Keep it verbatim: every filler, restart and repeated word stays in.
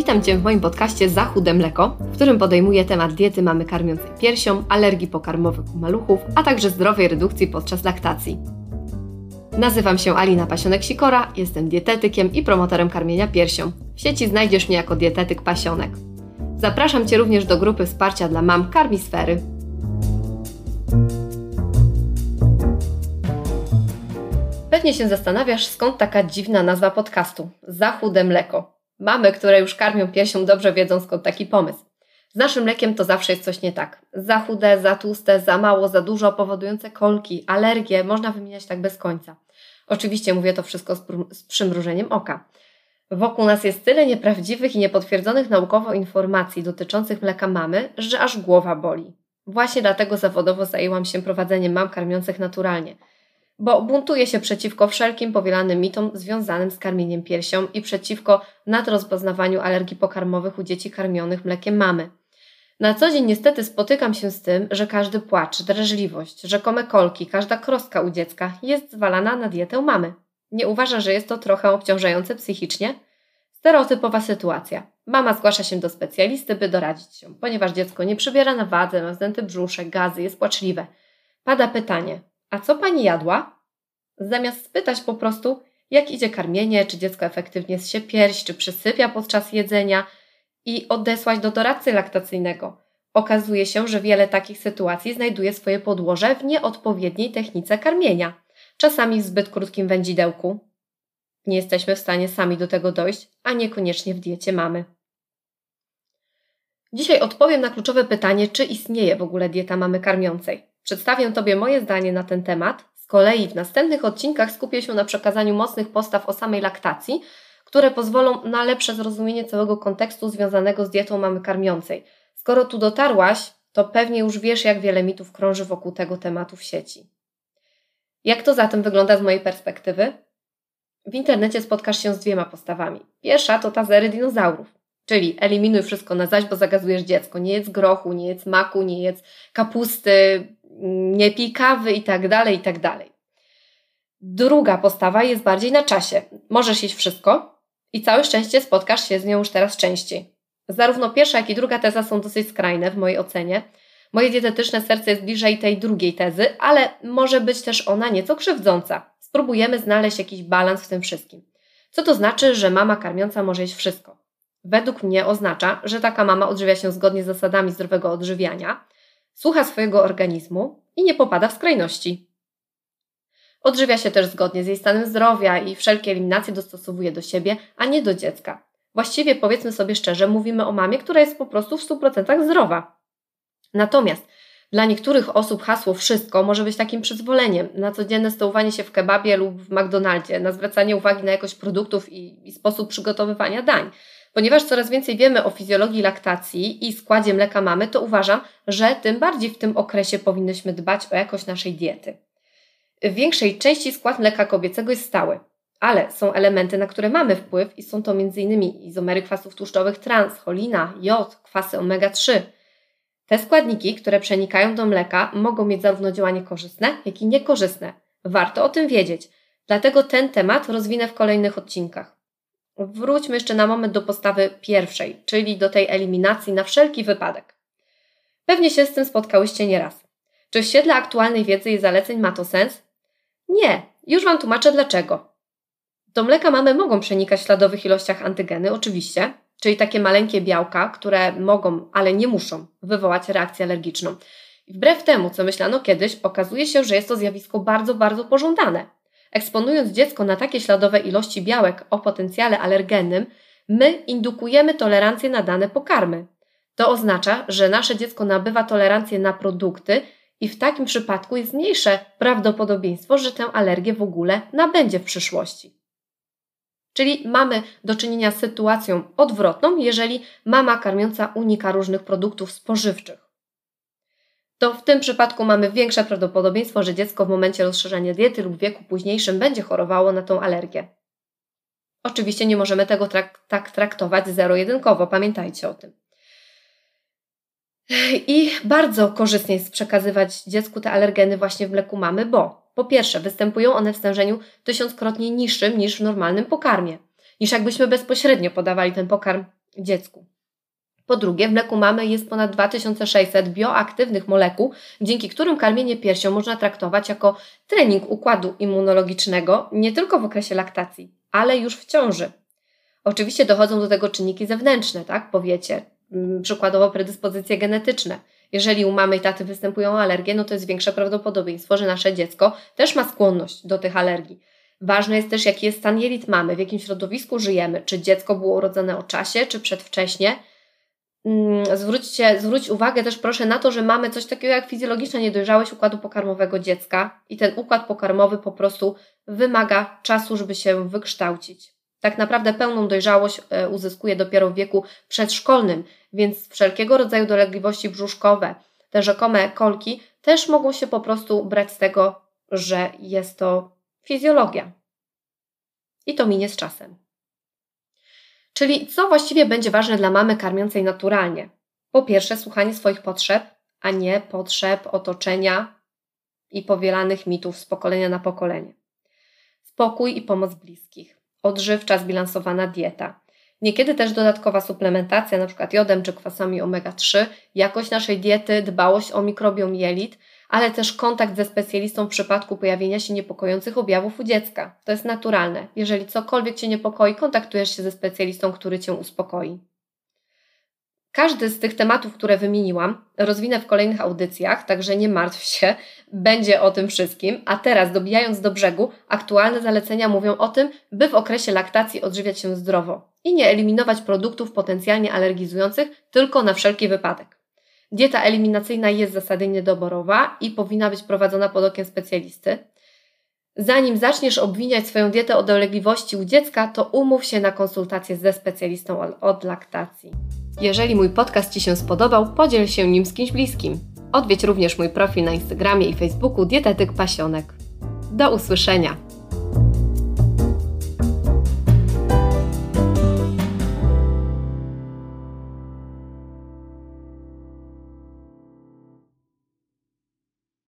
Witam Cię w moim podcaście Za chude mleko, w którym podejmuję temat diety mamy karmiącej piersią, alergii pokarmowych u maluchów, a także zdrowej redukcji podczas laktacji. Nazywam się Alina Pasionek-Sikora, jestem dietetykiem i promotorem karmienia piersią. W sieci znajdziesz mnie jako dietetyk Pasionek. Zapraszam Cię również do grupy wsparcia dla mam Karmisfery. Pewnie się zastanawiasz, skąd taka dziwna nazwa podcastu Za chude mleko. Mamy, które już karmią piersią, dobrze wiedzą, skąd taki pomysł. Z naszym mlekiem to zawsze jest coś nie tak. Za chude, za tłuste, za mało, za dużo, powodujące kolki, alergie, można wymieniać tak bez końca. Oczywiście mówię to wszystko z, pr- z przymrużeniem oka. Wokół nas jest tyle nieprawdziwych i niepotwierdzonych naukowo informacji dotyczących mleka mamy, że aż głowa boli. Właśnie dlatego zawodowo zajęłam się prowadzeniem mam karmiących naturalnie. Bo buntuję się przeciwko wszelkim powielanym mitom związanym z karmieniem piersią i przeciwko nadrozpoznawaniu alergii pokarmowych u dzieci karmionych mlekiem mamy. Na co dzień niestety spotykam się z tym, że każdy płacz, drażliwość, rzekome kolki, każda krostka u dziecka jest zwalana na dietę mamy. Nie uważa, że jest to trochę obciążające psychicznie? Stereotypowa sytuacja. Mama zgłasza się do specjalisty, by doradzić się, ponieważ dziecko nie przybiera na wadze, ma wzdęty brzuszek, gazy, jest płaczliwe. Pada pytanie: a co pani jadła? Zamiast spytać po prostu, jak idzie karmienie, czy dziecko efektywnie zsie pierś, czy przysypia podczas jedzenia i odesłać do doradcy laktacyjnego. Okazuje się, że wiele takich sytuacji znajduje swoje podłoże w nieodpowiedniej technice karmienia, czasami w zbyt krótkim wędzidełku. Nie jesteśmy w stanie sami do tego dojść, a niekoniecznie w diecie mamy. Dzisiaj odpowiem na kluczowe pytanie, czy istnieje w ogóle dieta mamy karmiącej. Przedstawię Tobie moje zdanie na ten temat. Z kolei w następnych odcinkach skupię się na przekazaniu mocnych postaw o samej laktacji, które pozwolą na lepsze zrozumienie całego kontekstu związanego z dietą mamy karmiącej. Skoro tu dotarłaś, to pewnie już wiesz, jak wiele mitów krąży wokół tego tematu w sieci. Jak to zatem wygląda z mojej perspektywy? W internecie spotkasz się z dwiema postawami. Pierwsza to ta z ery dinozaurów, czyli eliminuj wszystko na zaś, bo zagazujesz dziecko. Nie jedz grochu, nie jedz maku, nie jedz kapusty, nie pij kawy i tak dalej, i tak dalej. Druga postawa jest bardziej na czasie. Możesz jeść wszystko i całe szczęście spotkasz się z nią już teraz częściej. Zarówno pierwsza, jak i druga teza są dosyć skrajne w mojej ocenie. Moje dietetyczne serce jest bliżej tej drugiej tezy, ale może być też ona nieco krzywdząca. Spróbujemy znaleźć jakiś balans w tym wszystkim. Co to znaczy, że mama karmiąca może jeść wszystko? Według mnie oznacza, że taka mama odżywia się zgodnie z zasadami zdrowego odżywiania, słucha swojego organizmu i nie popada w skrajności. Odżywia się też zgodnie z jej stanem zdrowia i wszelkie eliminacje dostosowuje do siebie, a nie do dziecka. Właściwie, powiedzmy sobie szczerze, mówimy o mamie, która jest po prostu w stu procentach zdrowa. Natomiast dla niektórych osób hasło wszystko może być takim przyzwoleniem na codzienne stołowanie się w kebabie lub w McDonaldzie, na zwracanie uwagi na jakość produktów i, i sposób przygotowywania dań. Ponieważ coraz więcej wiemy o fizjologii laktacji i składzie mleka mamy, to uważam, że tym bardziej w tym okresie powinnyśmy dbać o jakość naszej diety. W większej części skład mleka kobiecego jest stały, ale są elementy, na które mamy wpływ i są to między innymi izomery kwasów tłuszczowych trans, cholina, jod, kwasy omega trzy. Te składniki, które przenikają do mleka, mogą mieć zarówno działanie korzystne, jak i niekorzystne. Warto o tym wiedzieć, dlatego ten temat rozwinę w kolejnych odcinkach. Wróćmy jeszcze na moment do postawy pierwszej, czyli do tej eliminacji na wszelki wypadek. Pewnie się z tym spotkałyście nieraz. Czy w świetle aktualnej wiedzy i zaleceń ma to sens? Nie, już Wam tłumaczę dlaczego. Do mleka mamy mogą przenikać w śladowych ilościach antygeny, oczywiście, czyli takie maleńkie białka, które mogą, ale nie muszą wywołać reakcję alergiczną. I wbrew temu, co myślano kiedyś, okazuje się, że jest to zjawisko bardzo, bardzo pożądane. Eksponując dziecko na takie śladowe ilości białek o potencjale alergennym, my indukujemy tolerancję na dane pokarmy. To oznacza, że nasze dziecko nabywa tolerancję na produkty i w takim przypadku jest mniejsze prawdopodobieństwo, że tę alergię w ogóle nabędzie w przyszłości. Czyli mamy do czynienia z sytuacją odwrotną, jeżeli mama karmiąca unika różnych produktów spożywczych. To w tym przypadku mamy większe prawdopodobieństwo, że dziecko w momencie rozszerzania diety lub w wieku późniejszym będzie chorowało na tą alergię. Oczywiście nie możemy tego trak- tak traktować zero-jedynkowo, pamiętajcie o tym. I bardzo korzystnie jest przekazywać dziecku te alergeny właśnie w mleku mamy, bo po pierwsze występują one w stężeniu tysiąckrotnie niższym niż w normalnym pokarmie, niż jakbyśmy bezpośrednio podawali ten pokarm dziecku. Po drugie, w mleku mamy jest ponad dwa tysiące sześćset bioaktywnych molekuł, dzięki którym karmienie piersią można traktować jako trening układu immunologicznego nie tylko w okresie laktacji, ale już w ciąży. Oczywiście dochodzą do tego czynniki zewnętrzne, tak, powiecie, przykładowo predyspozycje genetyczne. Jeżeli u mamy i taty występują alergie, no to jest większe prawdopodobieństwo, że nasze dziecko też ma skłonność do tych alergii. Ważne jest też, jaki jest stan jelit mamy, w jakim środowisku żyjemy, czy dziecko było urodzone o czasie, czy przedwcześnie. Zwróćcie, zwróć uwagę też proszę na to, że mamy coś takiego jak fizjologiczna niedojrzałość układu pokarmowego dziecka i ten układ pokarmowy po prostu wymaga czasu, żeby się wykształcić. Tak naprawdę pełną dojrzałość uzyskuje dopiero w wieku przedszkolnym, więc wszelkiego rodzaju dolegliwości brzuszkowe, te rzekome kolki też mogą się po prostu brać z tego, że jest to fizjologia. I to minie z czasem. Czyli co właściwie będzie ważne dla mamy karmiącej naturalnie? Po pierwsze, słuchanie swoich potrzeb, a nie potrzeb otoczenia i powielanych mitów z pokolenia na pokolenie. Spokój i pomoc bliskich. Odżywcza, zbilansowana dieta. Niekiedy też dodatkowa suplementacja, np. jodem czy kwasami omega trzy, jakość naszej diety, dbałość o mikrobiom jelit, ale też kontakt ze specjalistą w przypadku pojawienia się niepokojących objawów u dziecka. To jest naturalne. Jeżeli cokolwiek Cię niepokoi, kontaktujesz się ze specjalistą, który Cię uspokoi. Każdy z tych tematów, które wymieniłam, rozwinę w kolejnych audycjach, także nie martw się, będzie o tym wszystkim. A teraz, dobijając do brzegu, aktualne zalecenia mówią o tym, by w okresie laktacji odżywiać się zdrowo i nie eliminować produktów potencjalnie alergizujących tylko na wszelki wypadek. Dieta eliminacyjna jest zasadnie doborowa i powinna być prowadzona pod okiem specjalisty. Zanim zaczniesz obwiniać swoją dietę o dolegliwości u dziecka, to umów się na konsultację ze specjalistą od laktacji. Jeżeli mój podcast Ci się spodobał, podziel się nim z kimś bliskim. Odwiedź również mój profil na Instagramie i Facebooku Dietetyk Pasionek. Do usłyszenia!